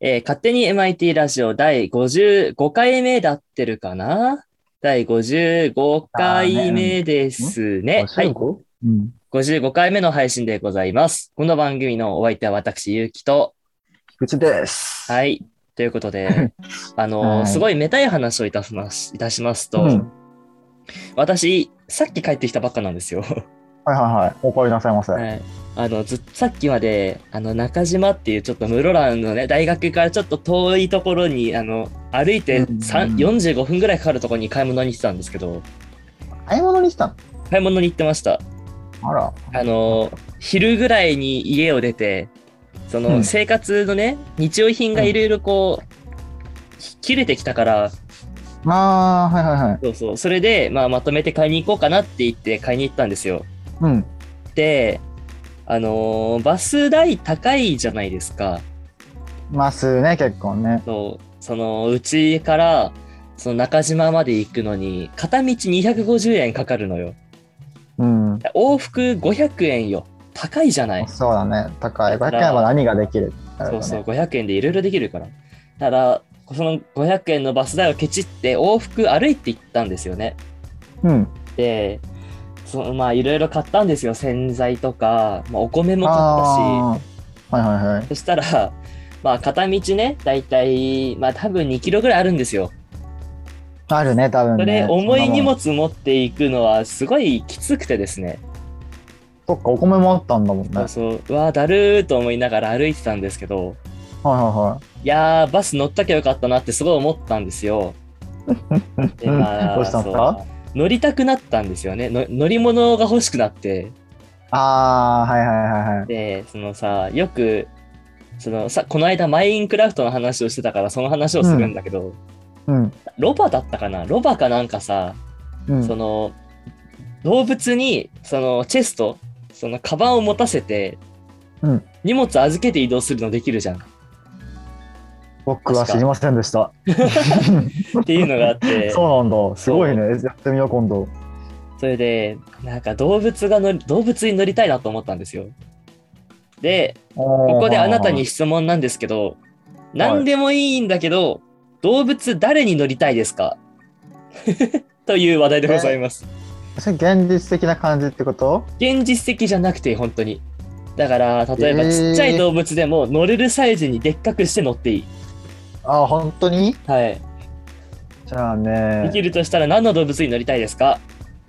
勝手に MIT ラジオ第55回目だってるかな。第55回目ですね。はい。 55？うん。 55回目の配信でございます。この番組のお相手は私、ゆうきと、 菊池です。 はい。ということで、すごはい。 いめたい話をいたしますと、 うん。 私、さっき帰ってきたばっかなんですよ。 はいはいはい。お帰りなさいませ。 はい。さっきまで、中島っていうちょっと室蘭のね、大学からちょっと遠いところに、歩いうんうてん。 45分ぐらいかかるところに買い物に行ってたんですけど、 買い物に来たの？ 買い物に行ってました。 あら。 昼ぐらいに家を出て、そうん。 の生活のね、日用品うん。 がいろいろこう、切れてきたから、 ああ、はいはいはい。 そうそう、それで、まあ、まとめて買いに行こうかなって言って買いに行ったんですよ。 うん。 で、バス代高いじゃないですか。 ますね、結構ね。 うちから、その中島まで行くのに、片道250円かかるのよ。 うん。 往復500円よ。高いじゃない。 そうだね。高い。 だか 500円はら、 何ができるってなるそうそう、 とね。 500円でいろいろできるから。ただ、その500円のバス代をケチって往復歩いて行ったんですよね。 うん。 で、まあいろいろ買ったんですよ。洗剤とか、まあ、お米も買ったし、 ああ、はいはいはい。 そしたら、まあ片道ね、だいたい、まあ多分2キロぐらいあるんですよ。 あるね、多それ、 分ね。そん重い荷なもん。 物持っていくのはすごいきつくてですね。 そっか、お米もあったんだもんね。はいそうそう、うわーだるーと思いながら歩いてたんですけど、 はいはいやー、バス乗ったきゃよかったなってすごい思ったんですよ。 い。 で、 うん。どうまあ、 したんですか？ 乗りたくなったんですよね。乗り物が欲しくなって。 ああー、はいはいはいはい。 で、そのさ、よく、この間マインクラフトの話をしてたからその話をするんうん。 だけど、 うん。 ロバだったかなロバかなんかさ、 うん。 その、動物に、チェスト、カバンを持たせて、 うん。 荷物預けて移動するのできるじゃん。 僕は確か。 知りませんでした。 っていうのがあって、 そうなんだ。すごいね。 そう。 やってみよう、今度。 それで、なんか動物に乗りたいなと思ったんですよ。で、こおー、 こであなたはに質問なんですけど、 いはいはい。はい。 何でもいいんだけど、動物誰に乗りたいですかという話題でございます。 それ現実的な感じってこと？ 現実的じゃなくて、本当に。だから、例えばちっちゃい動ええ物でも乗れるサイズにでっかくして乗っていい。 ー。あ、本当に？ はい。 じゃあできね、 るとしたら何の動物に乗りたいですか？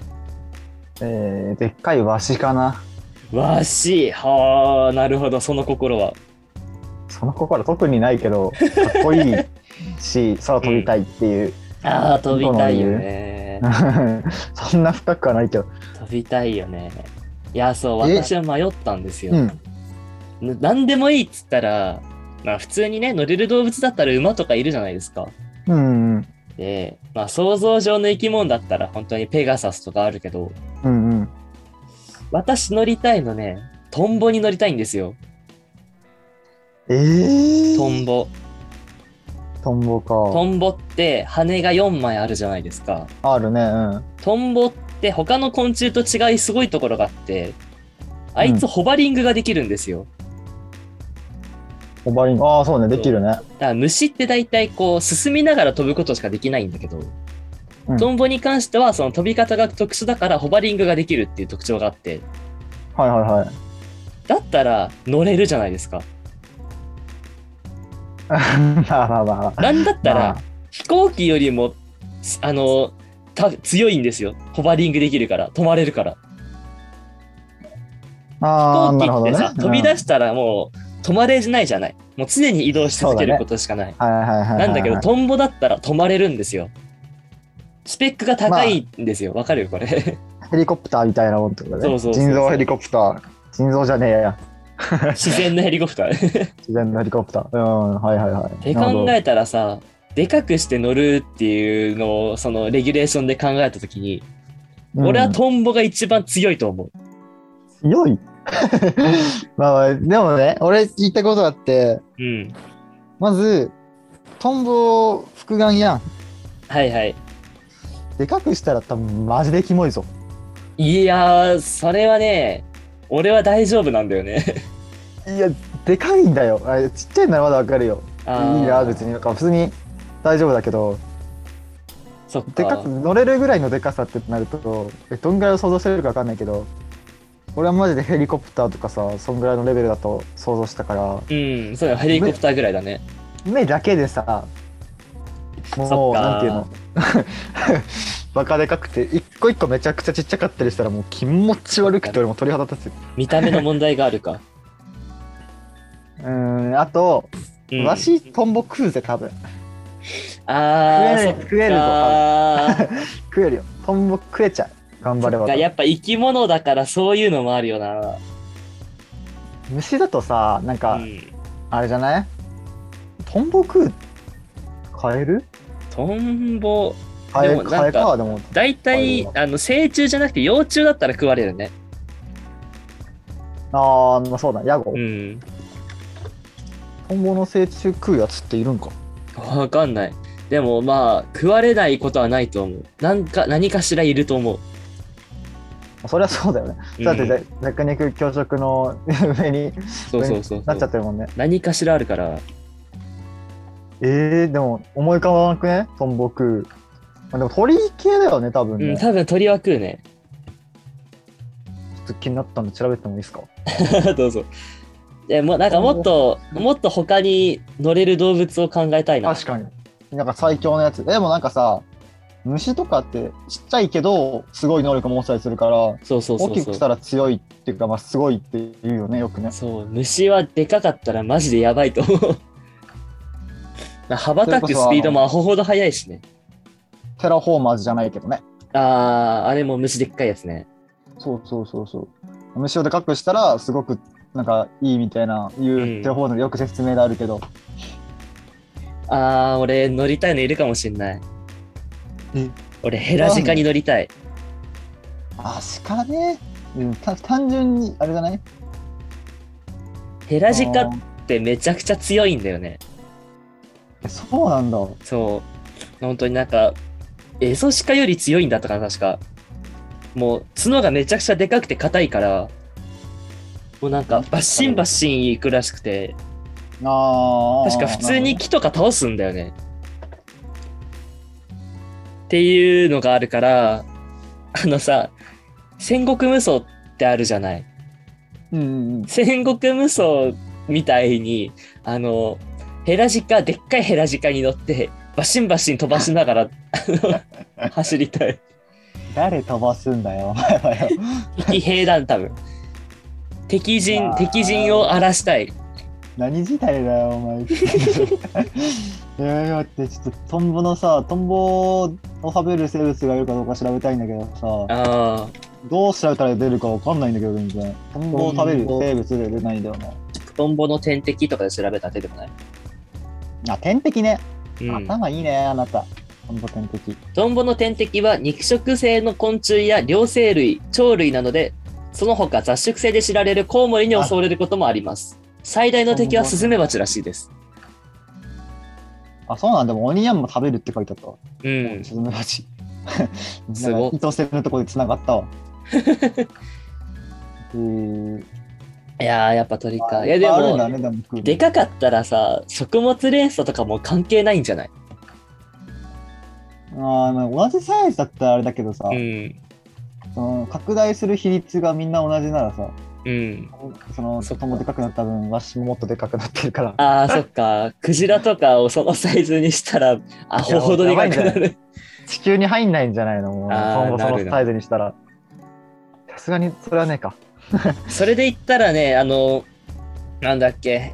でっかいワシかな。 わし。はあ、なるほど、その心は。 その心特にないけど、かっこいいし、空うん。 飛びたいっていう、 ああ、飛び本当のたいよ理由。 ね。 そんな深くはないけど。 飛びたいよね。いや、そう、 え、 私は迷ったんですよ。 うん。 何でもいいっつったら、まあ普通にね、乗れる動物だったら馬とかいるじゃないですか。 うん、うん、 で、まあ想像上の生き物だったら本当にペガサスとかあるけど、 うん、うん。 私乗りたいのね、トンボに乗りたいんですよ。トンええボ。 トンボか。 トンボって羽が4枚あるじゃないですか。 あるね、うん。 トンボって他の昆虫と違いすごいところがあって、あいつうん。 ホバリングができるんですよ。 ホバリング。ああ、そうね、でそう。 きるね。 だから虫って大体こう進みながら飛ぶことしかできないんだけど、 うん。 トンボに関してはその飛び方が特殊だからホバリングができるっていう特徴があって、 はいはいはい。 だったら乗れるじゃないですか。 まあまあまあなんだったらま飛行機よりもあの強いんですよ。ホバリングできるから止まれるから。 あ。 飛行ああ、なるほどね。 機ってさ飛び出うん。 したらもう止まれないじゃない。もう常に移動し続けるこそうだね。 としかない。 はいはいはいなんだけどはいはい。 トンボだったら止まれるんですよ。スペックが高まあ、 いんですよ。わかるこれ。 ヘリコプターみたいなもんってことね。 そうそう人造ヘリそうそう。 コプター。人造じゃねえや。 自然のヘリコプター。っ自然のヘリコプター。うん、はいはいはい。 てなるほど。 考えたらさ、でかくして乗るっていうのをそのレギュレーションで考えたときに、俺はうん。 トンボが一番強いと思う。 強い。まあまあ、でもね、俺聞いたことあって、 うん。 まず、トンボ複眼やん。 はいはい。 でかくしたら多分マジでキモいぞ。 いやー、それはね、俺は大丈夫なんだよね。 いや、でかいんだよ。あれちっちゃいならまだわかるよ。 あいいな、 ー別に。なんか普通に大丈夫だけど、 そっか。 乗れるぐらいのでかさってなると、どんぐらいを想像してるかわかんないけど、俺はマジでヘリコプターとかさ、そんぐらいのレベルだと想像したから、 うん、そうだ、ヘリコプターぐらいだね。 目だけでさ、 そっもう、なんていうか。 の、バカでかくて、一個一個めちゃくちゃちっちゃかったりしたら、もう気持ち悪くて俺も鳥肌立つ。 見た目の問題があるか。 あと、 うん。 わし、トンボ食うぜ、多分。 あー、そっか。 食えるぞ、多分。食えるよ。トンボ食えちゃう。頑張れば。 やっぱ生き物だからそういうのもあるよな。 虫だとさ、なんか、 うん。 あれじゃない？トンボ食うカエルトンボ、 カエルでもなんか、 でも。 大体、成虫じゃなくて幼虫だったら食われるね。 ああ、まあそうだ、ヤゴ。 うん。 トンボの成虫食うやつっているんか？ わかんない。でもまあ、食われないことはないと思う。何かしらいると思う。 そりゃそうだよね。 うんだって弱肉強食の上にそうそうそうなっちゃそう。 ってるもんね。 何かしらあるから。 でも思い浮かばなくね？トンボ食う。でも鳥系だよね、多分ね。 うん、多分鳥は食うね。 ちょっと気になったんで調べてもいいですか？ どうぞ。でもなんかもっと他に乗れる動物を考えたいな。 確かに。なんか最強のやつ。でもなんかさ、虫とかってちっちゃいけどすごい能力持ってたりするから、 そうそうそうそう。 大きくしたら強いっていうか、まあすごいって言うよね、よくね。 そう、虫はでかかったらマジでやばいと思う。羽ばたくスピードもアホほど速いしね。 テラフォーマーズじゃないけどね。 あれも虫でっかいやつね。 そうそうそうそう。虫をでかくしたらすごくなんかいいみたいないうテラフォーマーズでよく説明であるけど。 俺乗りたいのいるかもしんない。 え、 俺ヘラジカに乗りたい。 鹿ね。単純にあれじゃない？ ヘラジカってめちゃくちゃ強いんだよね。 そうなんだ。 そう。本当になんか、エゾシカより強いんだったかな、確か。もう角がめちゃくちゃでかくて硬いから、もうなんかバッシンバッシンいくらしくて、確か普通に木とか倒すんだよね。っていうのがあるから、戦国無双ってあるじゃない。戦国無双みたいに、でっかいヘラジカに乗って、バシンバシン飛ばしながら走りたい。 誰飛ばすんだよ、お前はよ。 敵兵団多分。敵陣を荒らしたい。 何自体だよ、お前。待って、ちょっとトンボを食べる生物がいるかどうか調べたいんだけどさ。どう調べたら出るかわかんないんだけど、全然。トンボを食べる生物で出ないんだよな。 トンボの天敵とかで調べたら出てこない？ 天敵ね。 うん、 頭いいね、あなた。トンボ天敵。 トンボの天敵は肉食性の昆虫や両生類、鳥類なので、その他雑食性で知られるコウモリに襲われることもあります。最大の敵はスズメバチらしいです。 そうなんだ。でも、オニヤンも食べるって書いてあったわ。 うん。 スズメバチ。 すごい。 意図せぬところで繋がったわ。 いやー、やっぱ鳥か。いや、でも、でかかったらさ、食物連鎖とかも関係ないんじゃない？ 同じサイズだったらあれだけどさ、 うん、 拡大する比率がみんな同じならさ、 うん、 トンボでかくなった分、ワシももっとでかくなってるから。 そっか。クジラとかをそのサイズにしたら、アホほどでかくなる。 地球に入んないんじゃないの？もうトンボそのサイズにしたら。さすがにそれはねえか。 それで言ったらね、なんだっけ、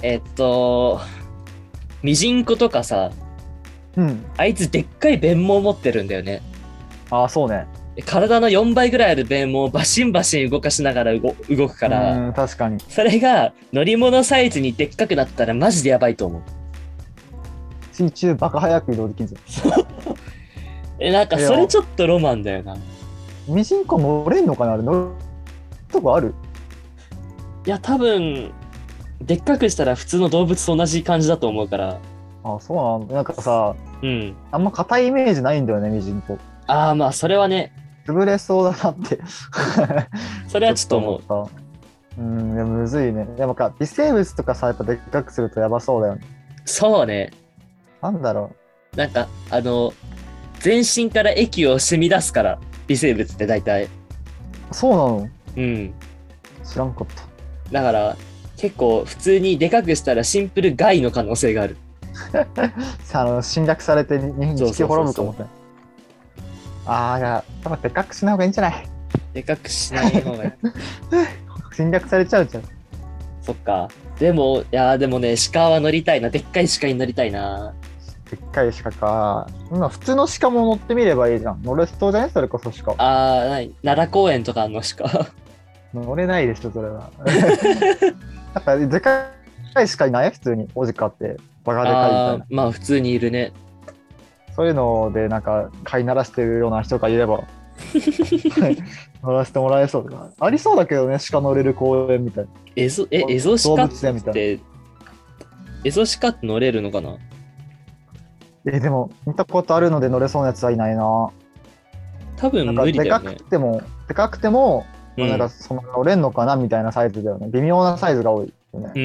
ミジンコとかさ、あいつでっかい鞭毛持ってるんだよね。 そうね。 体の4倍ぐらいある鞭毛をバシンバシン動かしながら動くから、 確かに。 それが乗り物サイズにでっかくなったらマジでやばいと思う。 水中バカ早く移動できんぞ。 なんかそれちょっとロマンだよな。 ミジンコ乗れんのかな？あれ乗るとこある？ いや、多分でっかくしたら普通の動物と同じ感じだと思うから。 そうなんだ。なんかさ、あんま硬いイメージないんだよね、ミジンコ。 まあそれはね、 潰れそうだなってそれはちょっと思う。 でもむずいね。でも微生物とかさ、やっぱでっかくするとやばそうだよね。 そうね。 なんだろなんか、全身から液を染み出すから、微生物って大体。 う。そうなの？ うん。 知らんかった。 だから、結構普通にでかくしたらシンプル害の可能性がある。 侵略されて地球滅ぶかもしれない。ああ、いや、多分でかくしない方がいいんじゃない？ でかくしない方がいい。 侵略されちゃうじゃん。 そっか。でもね、鹿は乗りたいな。でっかい鹿に乗りたいな。 でっかい鹿か。今、普通の鹿も乗ってみればいいじゃん。乗れそうじゃね？それこそ鹿。 奈良公園とかの鹿。 乗れないでしょ、それは。なんか、でかい鹿いない？普通に、おじかって、バカでかいみたいな。 まあ、普通にいるね。 そういうので、なんか、飼いならしてるような人がいれば、乗らせてもらえそうだな。ありそうだけどね、鹿乗れる公園みたいな。 エゾ鹿って、エゾ鹿って乗れるのかな？ でも、見たことあるので乗れそうなやつはいないな。 多分無理だよね。 でかくても、 うん、 なんかその乗れんのかなみたいなサイズだよね。微妙なサイズが多いよね。 うん。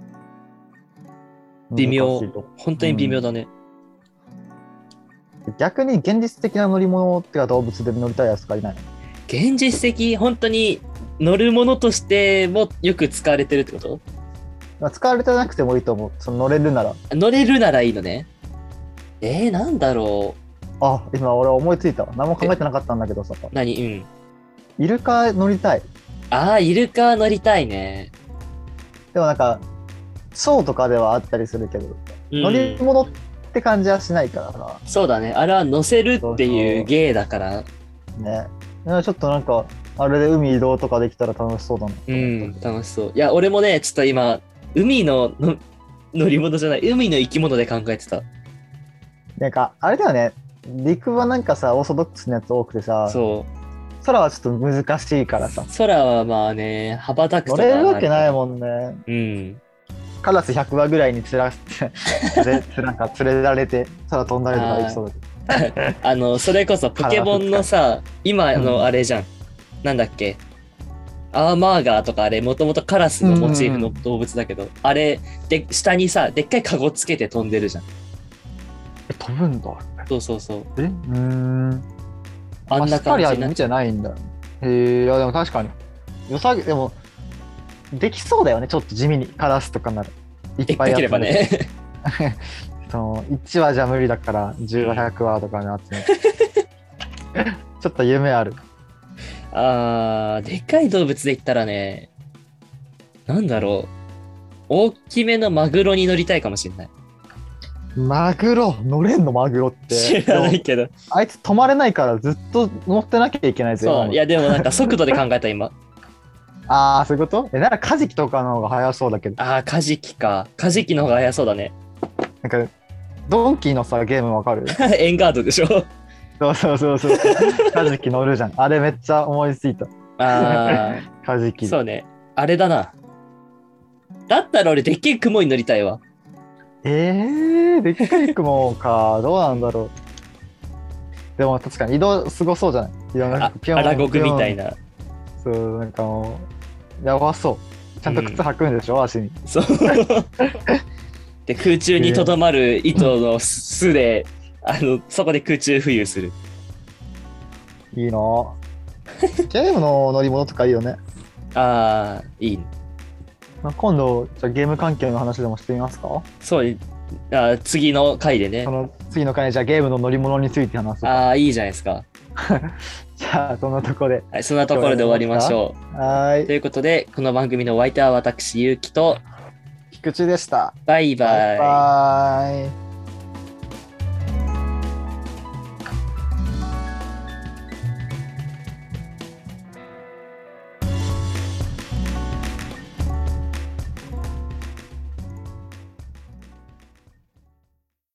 微妙。本当に微妙だね。 逆に現実的な乗り物ってか動物で乗りたいやつがいない？ 現実的、本当に乗るものとしてもよく使われてるってこと？ 使われてなくてもいいと思う。乗れるなら。 乗れるならいいのね。なんだろう。あ、今俺思いついた。何も考えてなかったんだけどさ。 何？ イルカ乗りたい。 イルカ乗りたいね。 でもなんか、ショーとかではあったりするけど、乗り物って感じはしないからな。 そうだね。あれは乗せるっていう芸だから。 ね。ちょっとなんか、あれで海移動とかできたら楽しそうだな。 楽しそう。いや、俺もね、ちょっと今、海の乗り物じゃない、海の生き物で考えてた。 なんか、あれだよね。陸はなんかさ、オーソドックスなやつ多くてさ、 そう。 空はちょっと難しいからさ。 空はまあね、羽ばたくとか乗れるわけないもんね。 うん。 カラス100羽ぐらいになんか連れられて空飛んだりとかできそうだけど。それこそポケモンのさ、今のあれじゃん。なんだっけ。アーマーガーとかあれ、もともとカラスのモチーフの動物だけど、あれ、で、下にさ、でっかいカゴつけて飛んでるじゃん。 飛ぶんだ。 そう。 あんな感じになっちゃないんだ。いやでも確かに。でも、できそうだよね、ちょっと地味に。カラスとかなら。 いっぱいやればね。 1話じゃ無理だから、10話、100話とかに集めて。ちょっと夢ある。 でかい動物で言ったらね、なんだろう。大きめのマグロに乗りたいかもしれない。 マグロ乗れんの？マグロって。 知らないけど。 あいつ止まれないからずっと乗ってなきゃいけないぜ。 そう。いやでもなんか速度で考えた今。 そういうこと？ならカジキとかの方が速そうだけど。 カジキか。カジキの方が速そうだね。 なんか、ドンキーのさ、ゲームわかる？ エンガードでしょ？ そう。カジキ乗るじゃん。あれめっちゃ思いついた。カジキ。 そうね。あれだな。だったら俺でっけえ雲に乗りたいわ。 でっかい雲か。どうなんだろう。でも確かに移動すごそうじゃない？ アラゴクみたいな。 そう、なんかもう、やばそう。ちゃんと靴履くんでしょ、足に。 そう。で、空中にとどまる糸の巣で、そこで空中浮遊する。 いいなぁ。ゲームの乗り物とかいいよね。 いい。 今度、じゃあゲーム関係の話でもしてみますか？ そう、次の回でね。 その次の回でじゃあゲームの乗り物について話す。 いいじゃないですか。 じゃあ、そんなところで。 はい、そんなところで終わりましょう。 はい。 ということで、この番組のお相手は私、ゆうきと、 菊池でした。 バイバイ。 バイバイ。